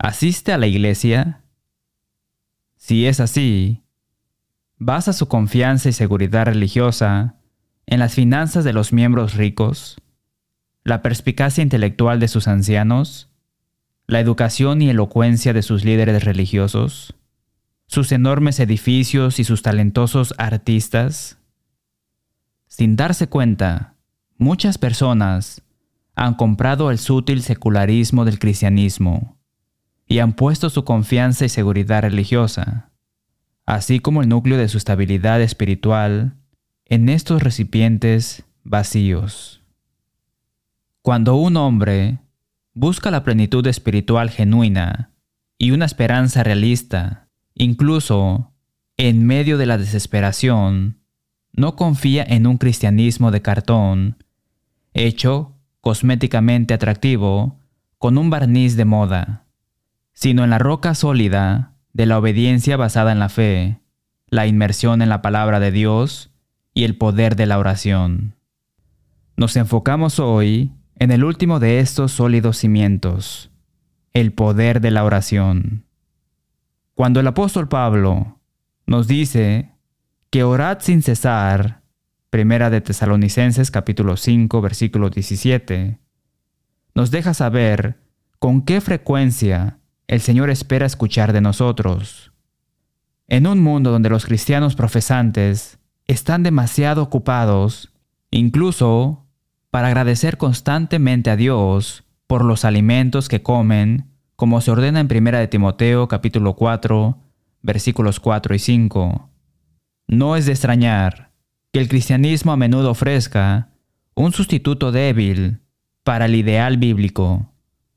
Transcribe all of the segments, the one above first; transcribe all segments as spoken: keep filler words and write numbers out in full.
¿Asiste a la iglesia? Si es así, ¿basa su confianza y seguridad religiosa en las finanzas de los miembros ricos, la perspicacia intelectual de sus ancianos, la educación y elocuencia de sus líderes religiosos, sus enormes edificios y sus talentosos artistas? Sin darse cuenta, muchas personas han comprado el sutil secularismo del cristianismo y han puesto su confianza y seguridad religiosa, así como el núcleo de su estabilidad espiritual, en estos recipientes vacíos. Cuando un hombre busca la plenitud espiritual genuina y una esperanza realista, incluso en medio de la desesperación, no confía en un cristianismo de cartón, hecho cosméticamente atractivo con un barniz de moda, sino en la roca sólida de la obediencia basada en la fe, la inmersión en la palabra de Dios y el poder de la oración. Nos enfocamos hoy en el último de estos sólidos cimientos, el poder de la oración. Cuando el apóstol Pablo nos dice que orad sin cesar, Primera de Tesalonicenses capítulo cinco, versículo diecisiete, nos deja saber con qué frecuencia el Señor espera escuchar de nosotros. En un mundo donde los cristianos profesantes están demasiado ocupados, incluso para agradecer constantemente a Dios por los alimentos que comen, como se ordena en Primera de Timoteo capítulo cuatro, versículos cuatro y cinco. No es de extrañar que el cristianismo a menudo ofrezca un sustituto débil para el ideal bíblico.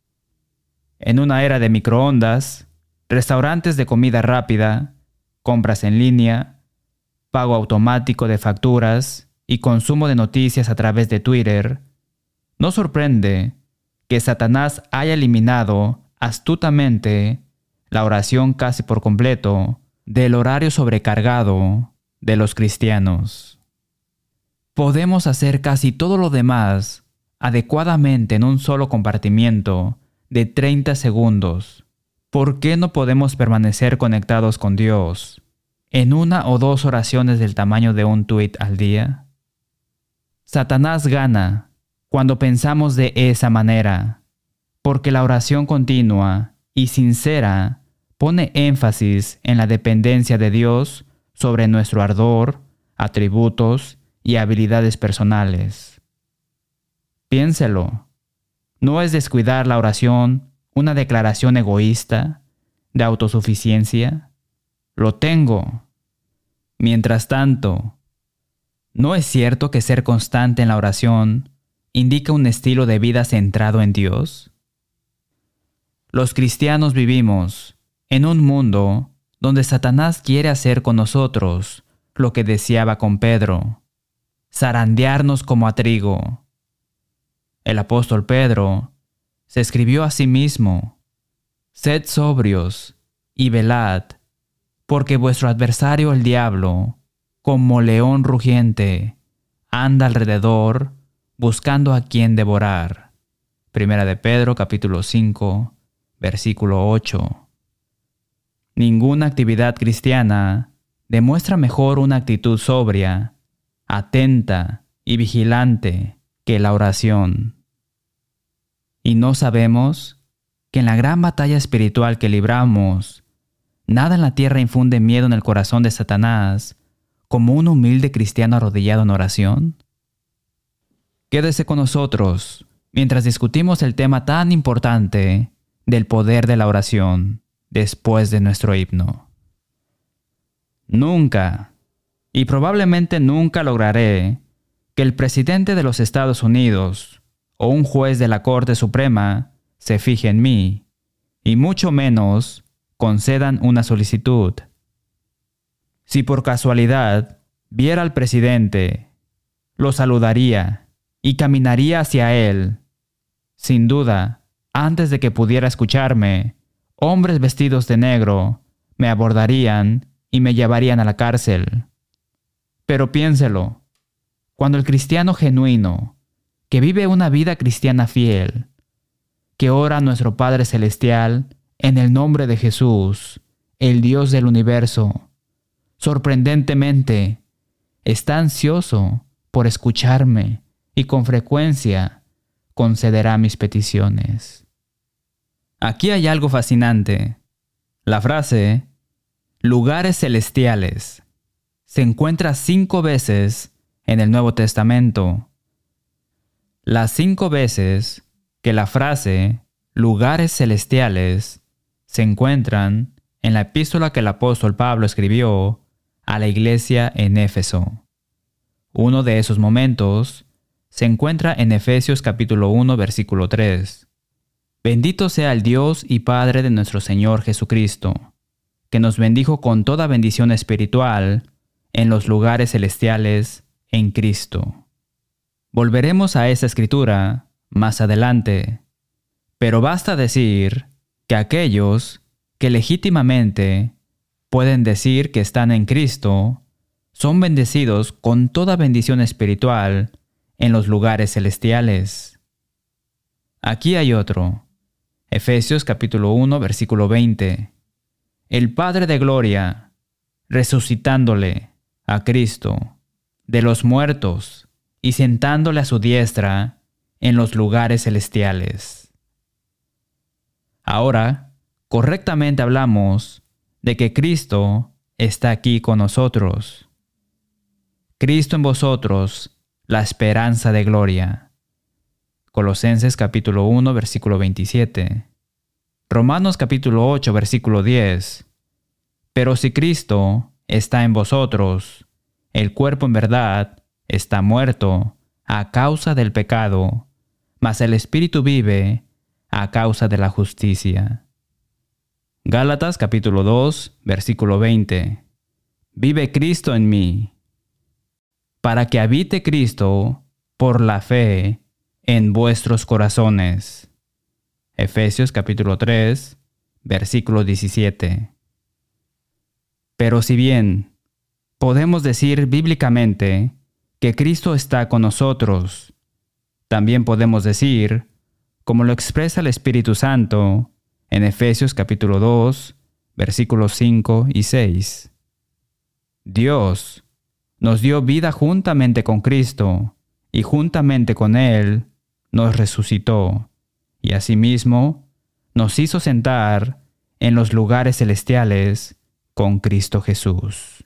En una era de microondas, restaurantes de comida rápida, compras en línea, pago automático de facturas y consumo de noticias a través de Twitter, no sorprende que Satanás haya eliminado astutamente la oración casi por completo del horario sobrecargado de los cristianos. Podemos hacer casi todo lo demás adecuadamente en un solo compartimiento de treinta segundos. ¿Por qué no podemos permanecer conectados con Dios en una o dos oraciones del tamaño de un tuit al día? Satanás gana cuando pensamos de esa manera, porque la oración continua y sincera pone énfasis en la dependencia de Dios sobre nuestro ardor, atributos y habilidades personales. Piénselo. ¿No es descuidar la oración una declaración egoísta de autosuficiencia? Lo tengo. Mientras tanto, ¿no es cierto que ser constante en la oración indica un estilo de vida centrado en Dios? Los cristianos vivimos en un mundo donde Satanás quiere hacer con nosotros lo que deseaba con Pedro, zarandearnos como a trigo. El apóstol Pedro se escribió a sí mismo: «Sed sobrios y velad, porque vuestro adversario el diablo, como león rugiente, anda alrededor buscando a quien devorar». Primera de Pedro capítulo cinco, versículo ocho. Ninguna actividad cristiana demuestra mejor una actitud sobria, atenta y vigilante que la oración. Y no sabemos que en la gran batalla espiritual que libramos, nada en la tierra infunde miedo en el corazón de Satanás como un humilde cristiano arrodillado en oración. Quédese con nosotros mientras discutimos el tema tan importante del poder de la oración después de nuestro himno. Nunca, y probablemente nunca lograré que el presidente de los Estados Unidos o un juez de la Corte Suprema se fije en mí, y mucho menos concedan una solicitud. Si por casualidad viera al presidente, lo saludaría y caminaría hacia él. Sin duda, antes de que pudiera escucharme, hombres vestidos de negro me abordarían y me llevarían a la cárcel. Pero piénselo, cuando el cristiano genuino, que vive una vida cristiana fiel, que ora a nuestro Padre Celestial en el nombre de Jesús, el Dios del universo, sorprendentemente, está ansioso por escucharme y con frecuencia concederá mis peticiones. Aquí hay algo fascinante. La frase lugares celestiales se encuentra cinco veces en el Nuevo Testamento. Las cinco veces que la frase lugares celestiales se encuentran en la epístola que el apóstol Pablo escribió a la iglesia en Éfeso. Uno de esos momentos se encuentra en Efesios capítulo uno, versículo tres. Bendito sea el Dios y Padre de nuestro Señor Jesucristo, que nos bendijo con toda bendición espiritual en los lugares celestiales en Cristo. Volveremos a esa escritura más adelante, pero basta decir que aquellos que legítimamente pueden decir que están en Cristo son bendecidos con toda bendición espiritual en los lugares celestiales. Aquí hay otro. Efesios capítulo uno, versículo veinte. El Padre de gloria, resucitándole a Cristo de los muertos y sentándole a su diestra en los lugares celestiales. Ahora, correctamente hablamos de que Cristo está aquí con nosotros. Cristo en vosotros, la esperanza de gloria. Colosenses capítulo uno, versículo veintisiete. Romanos capítulo ocho, versículo diez. Pero si Cristo está en vosotros, el cuerpo en verdad está muerto a causa del pecado, mas el espíritu vive a causa de la justicia. Gálatas capítulo dos, versículo veinte. Vive Cristo en mí, para que habite Cristo por la fe en vuestros corazones. Efesios capítulo tres, versículo diecisiete. Pero si bien podemos decir bíblicamente que Cristo está con nosotros, también podemos decir, como lo expresa el Espíritu Santo en Efesios capítulo dos, versículos cinco y seis. Dios nos dio vida juntamente con Cristo, y juntamente con Él nos resucitó, y asimismo nos hizo sentar en los lugares celestiales con Cristo Jesús.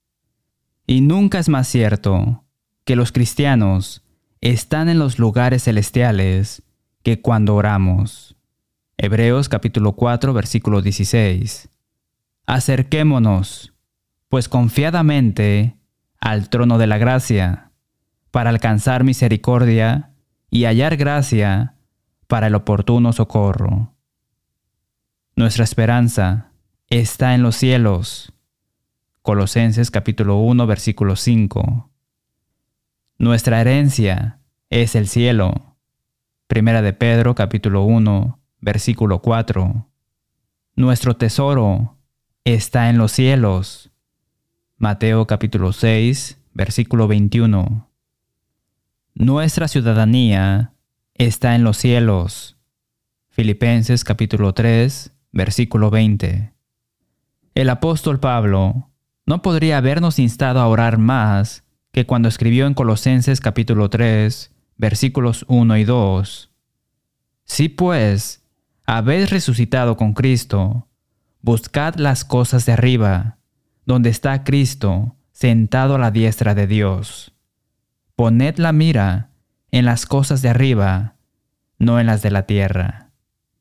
Y nunca es más cierto que los cristianos están en los lugares celestiales que cuando oramos. Hebreos capítulo cuatro, versículo dieciséis. Acerquémonos, pues confiadamente, al trono de la gracia, para alcanzar misericordia y hallar gracia para el oportuno socorro. Nuestra esperanza está en los cielos. Colosenses capítulo uno, versículo cinco. Nuestra herencia es el cielo. Primera de Pedro capítulo uno, versículo cuatro. Nuestro tesoro está en los cielos. Mateo capítulo seis, versículo veintiuno. Nuestra ciudadanía está en los cielos. Filipenses capítulo tres, versículo veinte. El apóstol Pablo no podría habernos instado a orar más que cuando escribió en Colosenses capítulo tres, versículos uno y dos. Si pues habéis resucitado con Cristo, buscad las cosas de arriba, donde está Cristo sentado a la diestra de Dios. Poned la mira en las cosas de arriba, no en las de la tierra.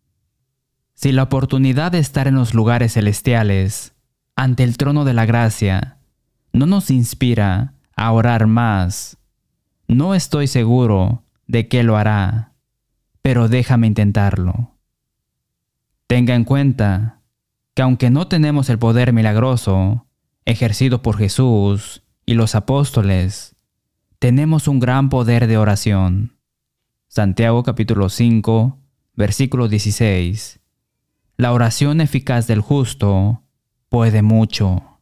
Si la oportunidad de estar en los lugares celestiales, ante el trono de la gracia, no nos inspira a orar más, no estoy seguro de que lo hará, pero déjame intentarlo. Tenga en cuenta que aunque no tenemos el poder milagroso ejercido por Jesús y los apóstoles, tenemos un gran poder de oración. Santiago capítulo cinco, versículo dieciséis. La oración eficaz del justo puede mucho.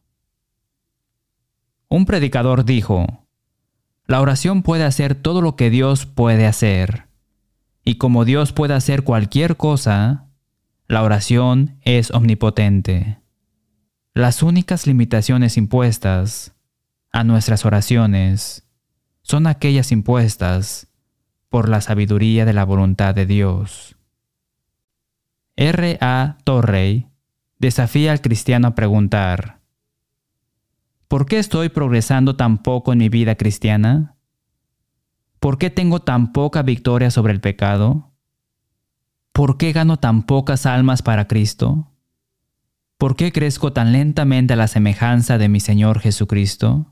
Un predicador dijo, la oración puede hacer todo lo que Dios puede hacer. Y como Dios puede hacer cualquier cosa, La oración es omnipotente. Las únicas limitaciones impuestas a nuestras oraciones son aquellas impuestas por la sabiduría de la voluntad de Dios. R A Torrey desafía al cristiano a preguntar: ¿por qué estoy progresando tan poco en mi vida cristiana? ¿Por qué tengo tan poca victoria sobre el pecado? ¿Por qué gano tan pocas almas para Cristo? ¿Por qué crezco tan lentamente a la semejanza de mi Señor Jesucristo?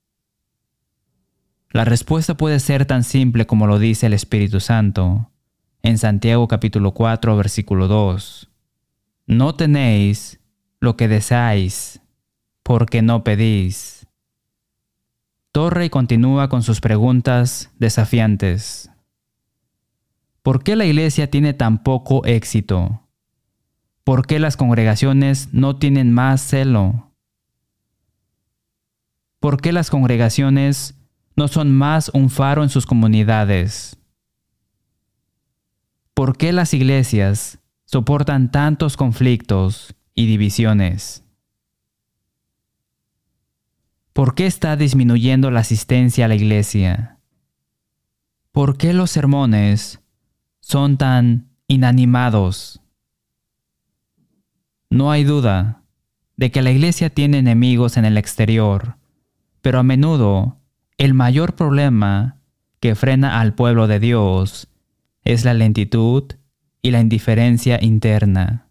La respuesta puede ser tan simple como lo dice el Espíritu Santo en Santiago capítulo cuatro, versículo dos. No tenéis lo que deseáis, porque no pedís. Torrey continúa con sus preguntas desafiantes. ¿Por qué la iglesia tiene tan poco éxito? ¿Por qué las congregaciones no tienen más celo? ¿Por qué las congregaciones no son más un faro en sus comunidades? ¿Por qué las iglesias soportan tantos conflictos y divisiones? ¿Por qué está disminuyendo la asistencia a la iglesia? ¿Por qué los sermones son tan inanimados? No hay duda de que la iglesia tiene enemigos en el exterior, pero a menudo el mayor problema que frena al pueblo de Dios es la lentitud y la indiferencia interna.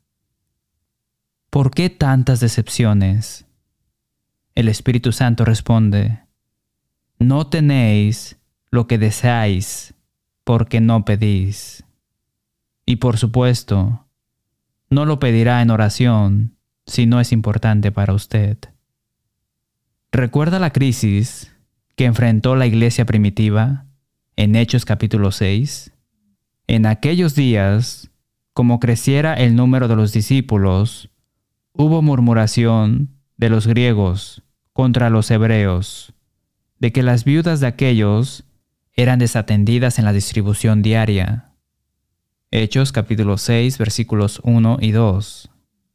¿Por qué tantas decepciones? El Espíritu Santo responde: no tenéis lo que deseáis, porque no pedís. Y por supuesto, no lo pedirá en oración si no es importante para usted. ¿Recuerda la crisis que enfrentó la iglesia primitiva en Hechos capítulo seis? En aquellos días, como creciera el número de los discípulos, hubo murmuración de los griegos contra los hebreos, de que las viudas de aquellos eran desatendidas en la distribución diaria. Hechos capítulo seis, versículos uno y dos.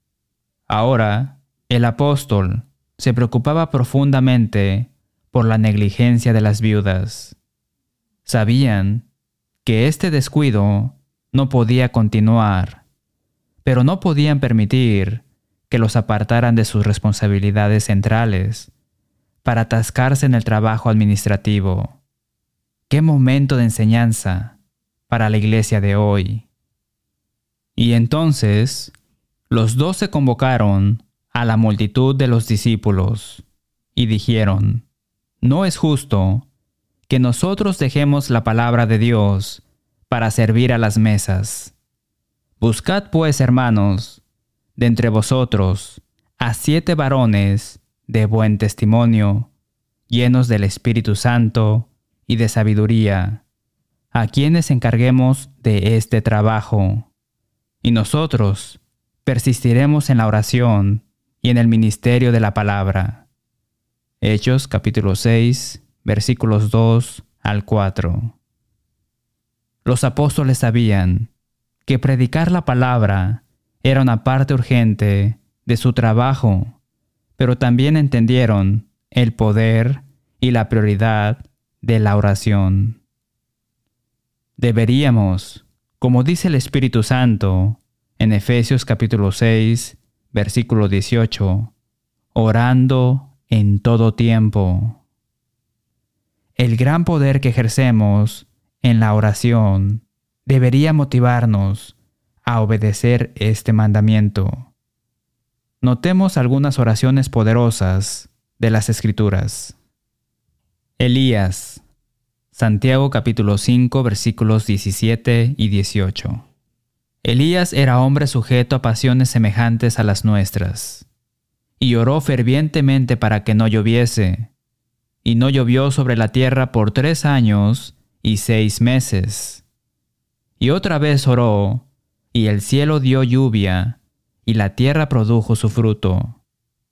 Ahora, el apóstol se preocupaba profundamente por la negligencia de las viudas. Sabían que este descuido no podía continuar, pero no podían permitir que los apartaran de sus responsabilidades centrales para atascarse en el trabajo administrativo. ¡Qué momento de enseñanza para la iglesia de hoy! Y entonces, los doce convocaron a la multitud de los discípulos y dijeron: no es justo que nosotros dejemos la palabra de Dios para servir a las mesas. Buscad pues, hermanos, de entre vosotros a siete varones de buen testimonio, llenos del Espíritu Santo y de sabiduría, a quienes encarguemos de este trabajo. Y nosotros persistiremos en la oración y en el ministerio de la palabra. Hechos capítulo seis, versículos dos al cuatro. Los apóstoles sabían que predicar la palabra era una parte urgente de su trabajo, pero también entendieron el poder y la prioridad de la oración. Deberíamos, como dice el Espíritu Santo en Efesios capítulo seis, versículo dieciocho, orando en todo tiempo. El gran poder que ejercemos en la oración debería motivarnos a obedecer este mandamiento. Notemos algunas oraciones poderosas de las Escrituras. Elías, Santiago capítulo cinco, versículos diecisiete y dieciocho. Elías era hombre sujeto a pasiones semejantes a las nuestras, y oró fervientemente para que no lloviese, y no llovió sobre la tierra por tres años y seis meses. Y otra vez oró, y el cielo dio lluvia, y la tierra produjo su fruto.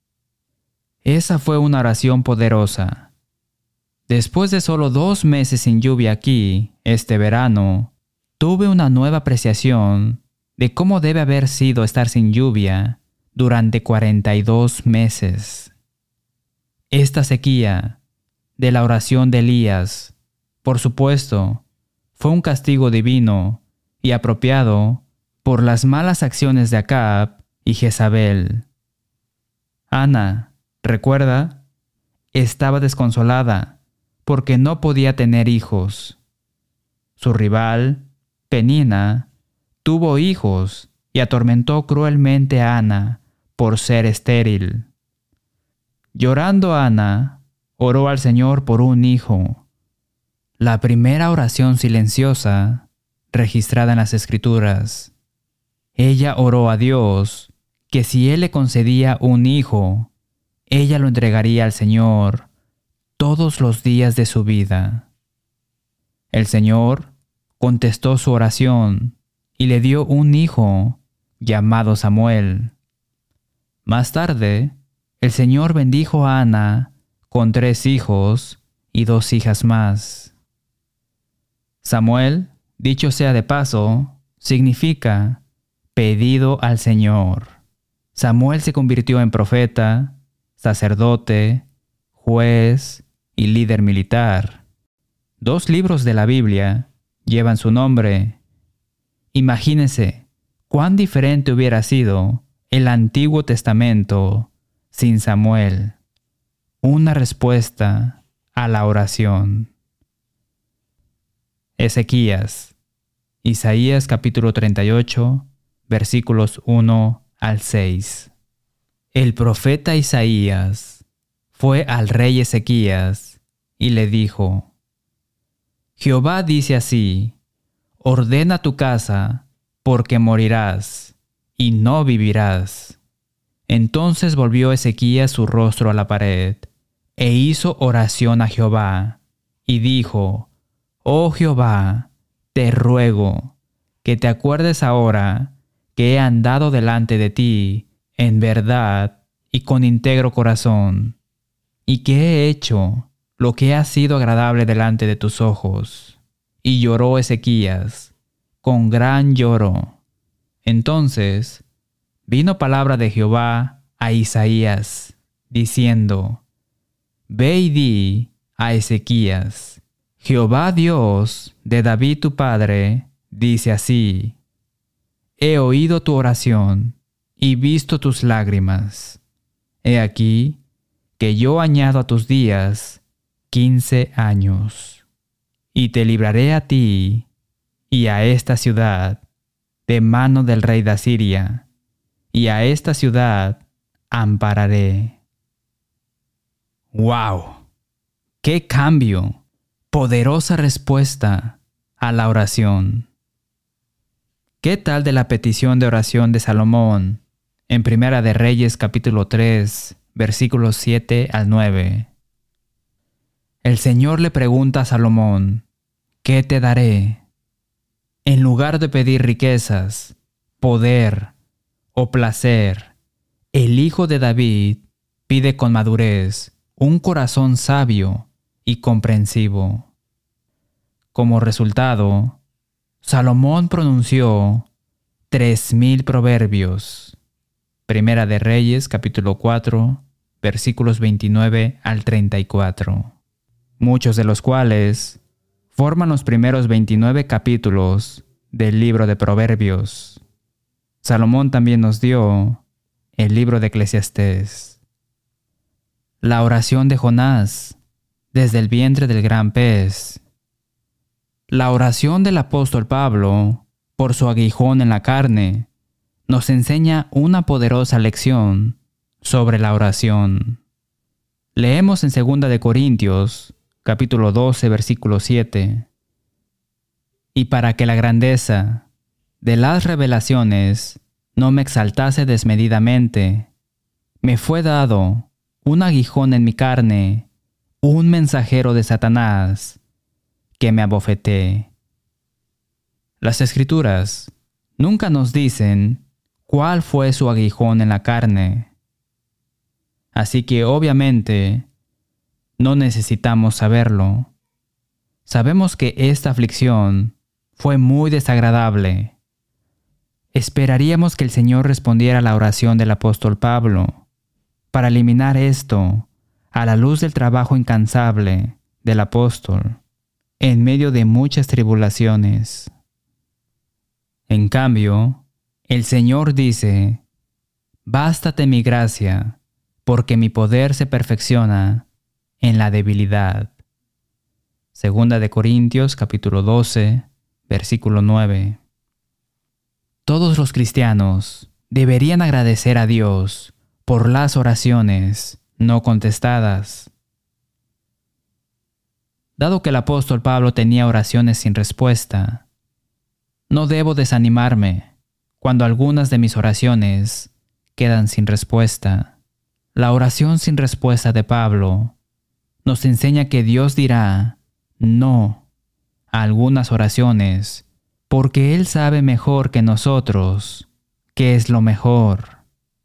Esa fue una oración poderosa. Después de solo dos meses sin lluvia aquí, este verano, tuve una nueva apreciación de cómo debe haber sido estar sin lluvia durante cuarenta y dos meses. Esta sequía de la oración de Elías, por supuesto, fue un castigo divino y apropiado por las malas acciones de Acab y Jezabel. Ana, recuerda, estaba desconsolada porque no podía tener hijos. Su rival, Penina, tuvo hijos y atormentó cruelmente a Ana por ser estéril. Llorando Ana, oró al Señor por un hijo. La primera oración silenciosa registrada en las Escrituras. Ella oró a Dios que si Él le concedía un hijo, ella lo entregaría al Señor todos los días de su vida. El Señor contestó su oración y le dio un hijo llamado Samuel. Más tarde, el Señor bendijo a Ana con tres hijos y dos hijas más. Samuel, dicho sea de paso, significa pedido al Señor. Samuel se convirtió en profeta, sacerdote, juez y líder militar. Dos libros de la Biblia llevan su nombre. Imagínense cuán diferente hubiera sido el Antiguo Testamento sin Samuel. Una respuesta a la oración. Ezequías. Isaías capítulo treinta y ocho, versículos uno al seis. El profeta Isaías fue al rey Ezequías y le dijo: Jehová dice así: ordena tu casa, porque morirás, y no vivirás. Entonces volvió Ezequías su rostro a la pared, e hizo oración a Jehová, y dijo: Oh Jehová, te ruego que te acuerdes ahora que he andado delante de ti en verdad y con íntegro corazón, y que he hecho lo que ha sido agradable delante de tus ojos. Y lloró Ezequías con gran lloro. Entonces vino palabra de Jehová a Isaías, diciendo: Ve y di a Ezequías: Jehová Dios de David tu padre dice así: He oído tu oración y visto tus lágrimas. He aquí que yo añado a tus días quince años, y te libraré a ti y a esta ciudad de mano del rey de Asiria, y a esta ciudad ampararé. ¡Wow! ¡Qué cambio! Poderosa respuesta a la oración. ¿Qué tal de la petición de oración de Salomón en Primera de Reyes capítulo tres, versículos siete al nueve? El Señor le pregunta a Salomón: ¿qué te daré? En lugar de pedir riquezas, poder o placer, el hijo de David pide con madurez un corazón sabio y comprensivo. Como resultado, Salomón pronunció tres mil proverbios. Primera de Reyes, capítulo cuatro, versículos veintinueve al treinta y cuatro. Muchos de los cuales forman los primeros veintinueve capítulos del libro de Proverbios. Salomón también nos dio el libro de Eclesiastés. La oración de Jonás desde el vientre del gran pez. La oración del apóstol Pablo por su aguijón en la carne nos enseña una poderosa lección sobre la oración. Leemos en segunda de Corintios, capítulo doce, versículo siete. Y para que la grandeza de las revelaciones no me exaltase desmedidamente, me fue dado un aguijón en mi carne, un mensajero de Satanás, que me abofeté. Las Escrituras nunca nos dicen cuál fue su aguijón en la carne. Así que obviamente no necesitamos saberlo. Sabemos que esta aflicción fue muy desagradable. Esperaríamos que el Señor respondiera a la oración del apóstol Pablo para eliminar esto a la luz del trabajo incansable del apóstol en medio de muchas tribulaciones. En cambio, el Señor dice: «Bástate mi gracia, porque mi poder se perfecciona en la debilidad». Segunda de Corintios capítulo doce, versículo nueve. Todos los cristianos deberían agradecer a Dios por las oraciones no contestadas. Dado que el apóstol Pablo tenía oraciones sin respuesta, no debo desanimarme cuando algunas de mis oraciones quedan sin respuesta. La oración sin respuesta de Pablo nos enseña que Dios dirá no a algunas oraciones porque Él sabe mejor que nosotros qué es lo mejor.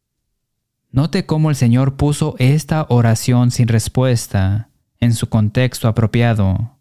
Note cómo el Señor puso esta oración sin respuesta en su contexto apropiado.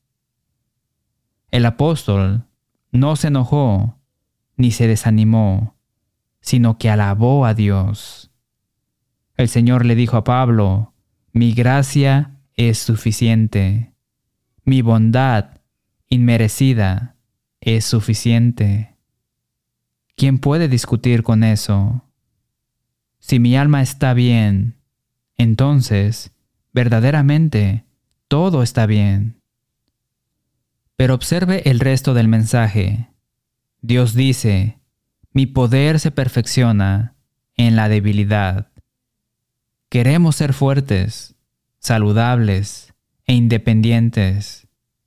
El apóstol no se enojó ni se desanimó, sino que alabó a Dios. El Señor le dijo a Pablo: «Mi gracia es suficiente. Mi bondad inmerecida es suficiente». ¿Quién puede discutir con eso? Si mi alma está bien, entonces, verdaderamente, todo está bien. Pero observe el resto del mensaje. Dios dice: «Mi poder se perfecciona en la debilidad». Queremos ser fuertes, saludables e independientes.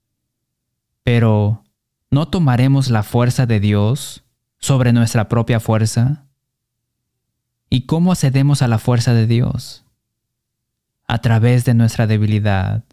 Pero, ¿no tomaremos la fuerza de Dios sobre nuestra propia fuerza? ¿Y cómo accedemos a la fuerza de Dios? A través de nuestra debilidad.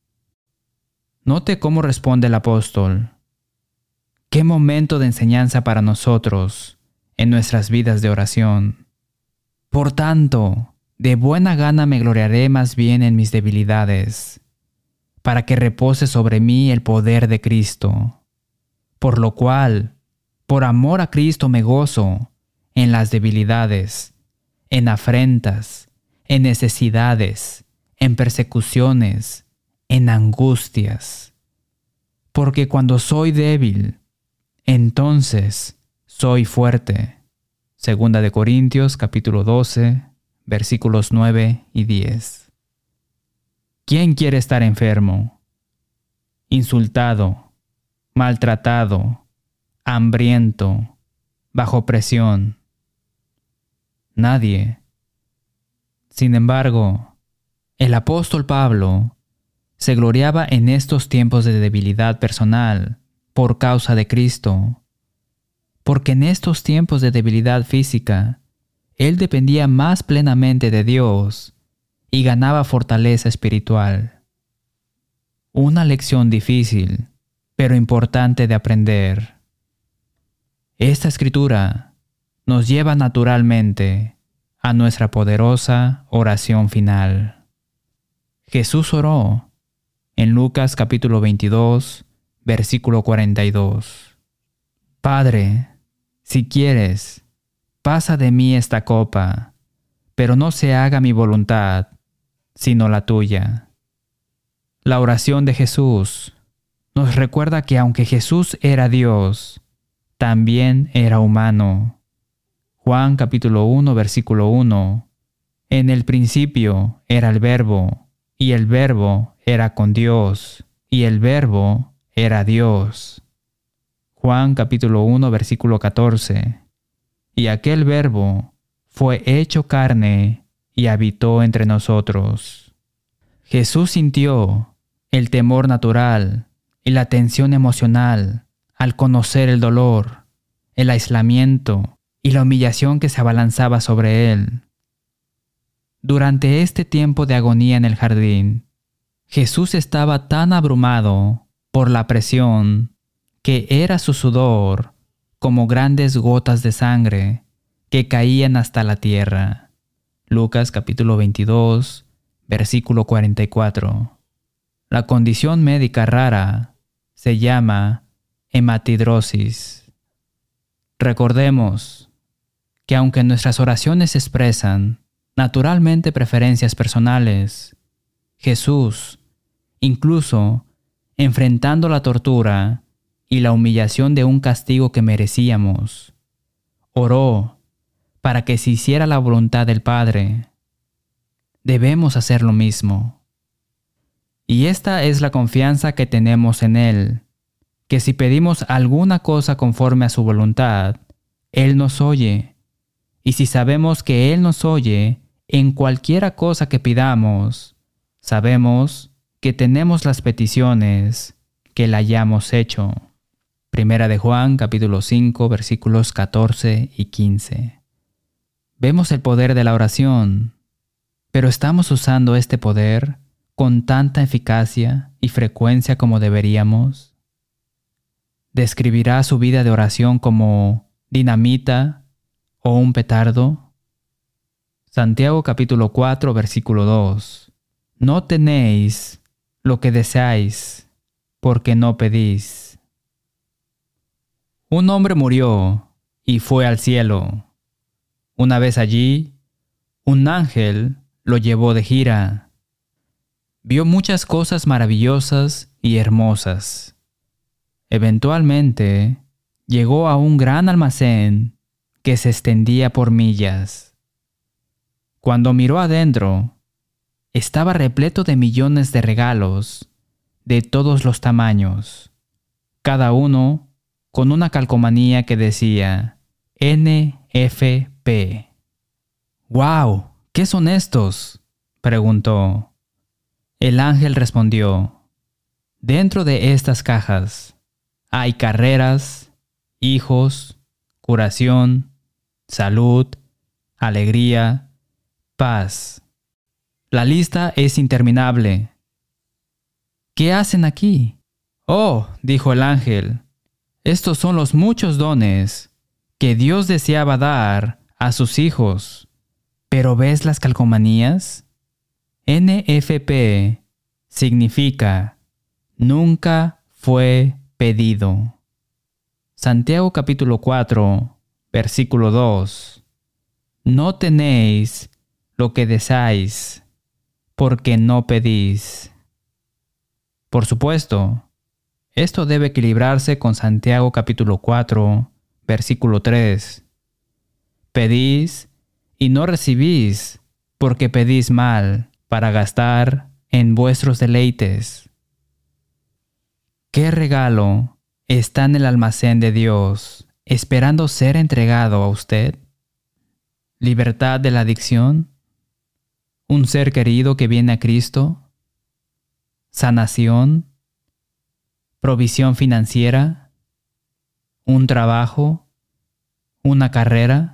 Note cómo responde el apóstol. ¡Qué momento de enseñanza para nosotros en nuestras vidas de oración! Por tanto, de buena gana me gloriaré más bien en mis debilidades, para que repose sobre mí el poder de Cristo. Por lo cual, por amor a Cristo me gozo en las debilidades, en afrentas, en necesidades, en persecuciones, en angustias. Porque cuando soy débil, entonces soy fuerte. Segunda de Corintios capítulo doce, versículos nueve y diez. ¿Quién quiere estar enfermo, insultado, maltratado, hambriento, bajo presión? Nadie. Sin embargo, el apóstol Pablo se gloriaba en estos tiempos de debilidad personal por causa de Cristo, porque en estos tiempos de debilidad física, él dependía más plenamente de Dios y ganaba fortaleza espiritual. Una lección difícil, pero importante de aprender. Esta escritura nos lleva naturalmente a nuestra poderosa oración final. Jesús oró en Lucas capítulo veintidós, versículo cuarenta y dos. «Padre, si quieres, pasa de mí esta copa, pero no se haga mi voluntad, sino la tuya». La oración de Jesús nos recuerda que aunque Jesús era Dios, también era humano. Juan capítulo uno, versículo uno. En el principio era el Verbo, y el Verbo era con Dios, y el Verbo era Dios. Juan capítulo uno, versículo catorce. Y aquel Verbo fue hecho carne y habitó entre nosotros. Jesús sintió el temor natural y la tensión emocional al conocer el dolor, el aislamiento y la humillación que se abalanzaba sobre él. Durante este tiempo de agonía en el jardín, Jesús estaba tan abrumado por la presión que era su sudor como grandes gotas de sangre que caían hasta la tierra. Lucas capítulo veintidós, versículo cuarenta y cuatro. La condición médica rara se llama hematidrosis. Recordemos, que aunque nuestras oraciones expresan naturalmente preferencias personales, Jesús, incluso enfrentando la tortura y la humillación de un castigo que merecíamos, oró para que se hiciera la voluntad del Padre. Debemos hacer lo mismo. Y esta es la confianza que tenemos en Él, que si pedimos alguna cosa conforme a su voluntad, Él nos oye. Y si sabemos que Él nos oye en cualquiera cosa que pidamos, sabemos que tenemos las peticiones que le hayamos hecho. Primera de Juan, capítulo cinco, versículos catorce y quince. Vemos el poder de la oración, pero ¿estamos usando este poder con tanta eficacia y frecuencia como deberíamos? ¿Describirá su vida de oración como dinamita o un petardo? Santiago capítulo cuatro, versículo dos. No tenéis lo que deseáis, porque no pedís. Un hombre murió y fue al cielo. Una vez allí, un ángel lo llevó de gira. Vio muchas cosas maravillosas y hermosas. Eventualmente, llegó a un gran almacén que se extendía por millas. Cuando miró adentro, estaba repleto de millones de regalos de todos los tamaños, cada uno con una calcomanía que decía N F P. ¡Wow! ¿Qué son estos?, preguntó. El ángel respondió: dentro de estas cajas hay carreras, hijos, curación, salud, alegría, paz. La lista es interminable. ¿Qué hacen aquí? Oh, dijo el ángel, estos son los muchos dones que Dios deseaba dar a sus hijos. ¿Pero ves las calcomanías? N F P significa nunca fue pedido. Santiago capítulo cuatro, versículo dos. No tenéis lo que deseáis, porque no pedís. Por supuesto, esto debe equilibrarse con Santiago capítulo cuatro, versículo tres. Pedís y no recibís, porque pedís mal, para gastar en vuestros deleites. ¿Qué regalo está en el almacén de Dios, esperando ser entregado a usted? ¿Libertad de la adicción? ¿Un ser querido que viene a Cristo? ¿Sanación? ¿Provisión financiera? ¿Un trabajo? ¿Una carrera?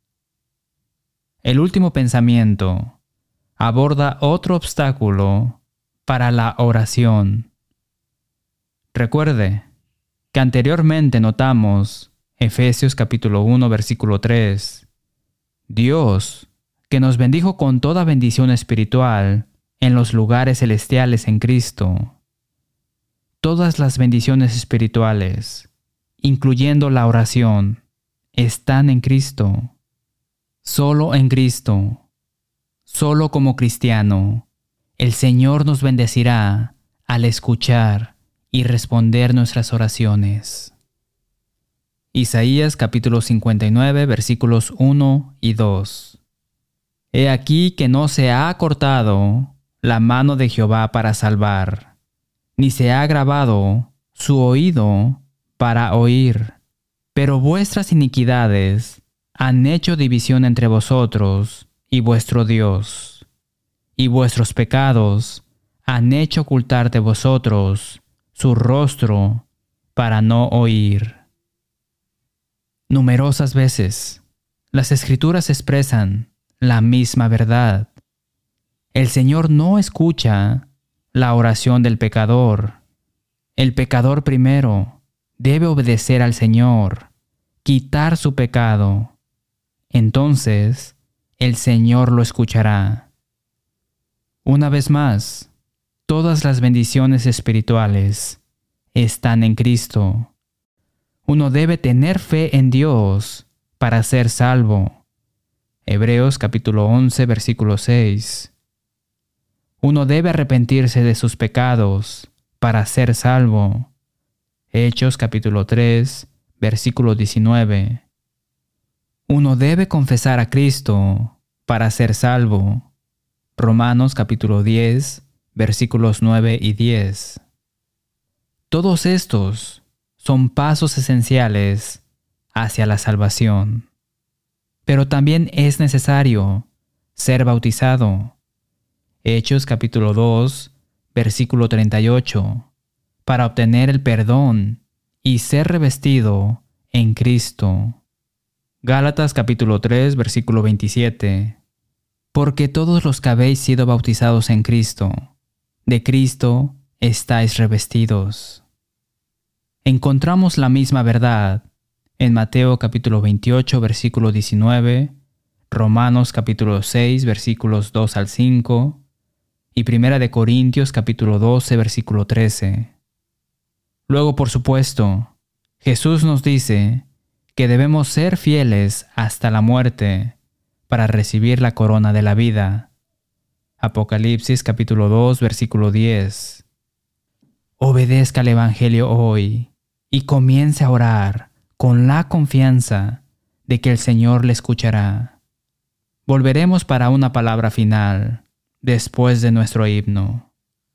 El último pensamiento aborda otro obstáculo para la oración. Recuerde que anteriormente notamos Efesios capítulo uno, versículo tres. Dios, que nos bendijo con toda bendición espiritual en los lugares celestiales en Cristo. Todas las bendiciones espirituales, incluyendo la oración, están en Cristo. Solo en Cristo, solo como cristiano, el Señor nos bendecirá al escuchar y responder nuestras oraciones. Isaías capítulo cincuenta y nueve, versículos uno y dos. He aquí que no se ha acortado la mano de Jehová para salvar, ni se ha agravado su oído para oír, pero vuestras iniquidades han hecho división entre vosotros y vuestro Dios, y vuestros pecados han hecho ocultar de vosotros su rostro para no oír. Numerosas veces, las Escrituras expresan la misma verdad. El Señor no escucha la oración del pecador. El pecador primero debe obedecer al Señor, quitar su pecado. Entonces, el Señor lo escuchará. Una vez más, todas las bendiciones espirituales están en Cristo. Uno debe tener fe en Dios para ser salvo. Hebreos capítulo once, versículo seis. Uno debe arrepentirse de sus pecados para ser salvo. Hechos capítulo tres, versículo diecinueve. Uno debe confesar a Cristo para ser salvo. Romanos capítulo diez, versículos nueve y diez. Todos estos son pasos esenciales hacia la salvación. Pero también es necesario ser bautizado. Hechos capítulo dos, versículo treinta y ocho, para obtener el perdón y ser revestido en Cristo. Gálatas capítulo tres, versículo veintisiete. Porque todos los que habéis sido bautizados en Cristo, de Cristo estáis revestidos. Encontramos la misma verdad en Mateo capítulo veintiocho, versículo diecinueve, Romanos capítulo seis, versículos dos al cinco, y Primera de Corintios capítulo doce, versículo trece. Luego, por supuesto, Jesús nos dice que debemos ser fieles hasta la muerte para recibir la corona de la vida. Apocalipsis capítulo dos, versículo diez. Obedezca al Evangelio hoy y comience a orar con la confianza de que el Señor le escuchará. Volveremos para una palabra final después de nuestro himno.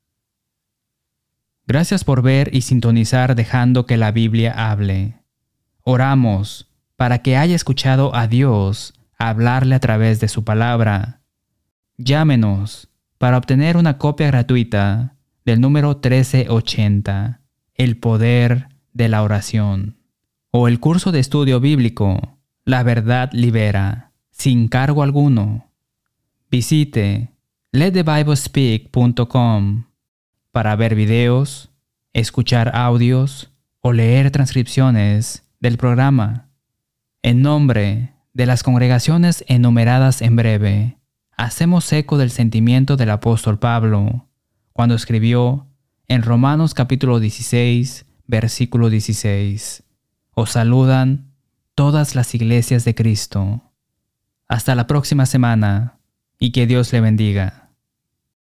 Gracias por ver y sintonizar dejando que la Biblia hable. Oramos para que haya escuchado a Dios hablarle a través de su palabra. Llámenos para obtener una copia gratuita del número trece ochenta, El Poder de la Oración, o el curso de estudio bíblico, La Verdad Libera, sin cargo alguno. Visite let the bible speak punto com para ver videos, escuchar audios o leer transcripciones del programa. En nombre de las congregaciones enumeradas en breve, hacemos eco del sentimiento del apóstol Pablo cuando escribió en Romanos capítulo dieciséis, versículo dieciséis: Os saludan todas las iglesias de Cristo. Hasta la próxima semana y que Dios le bendiga.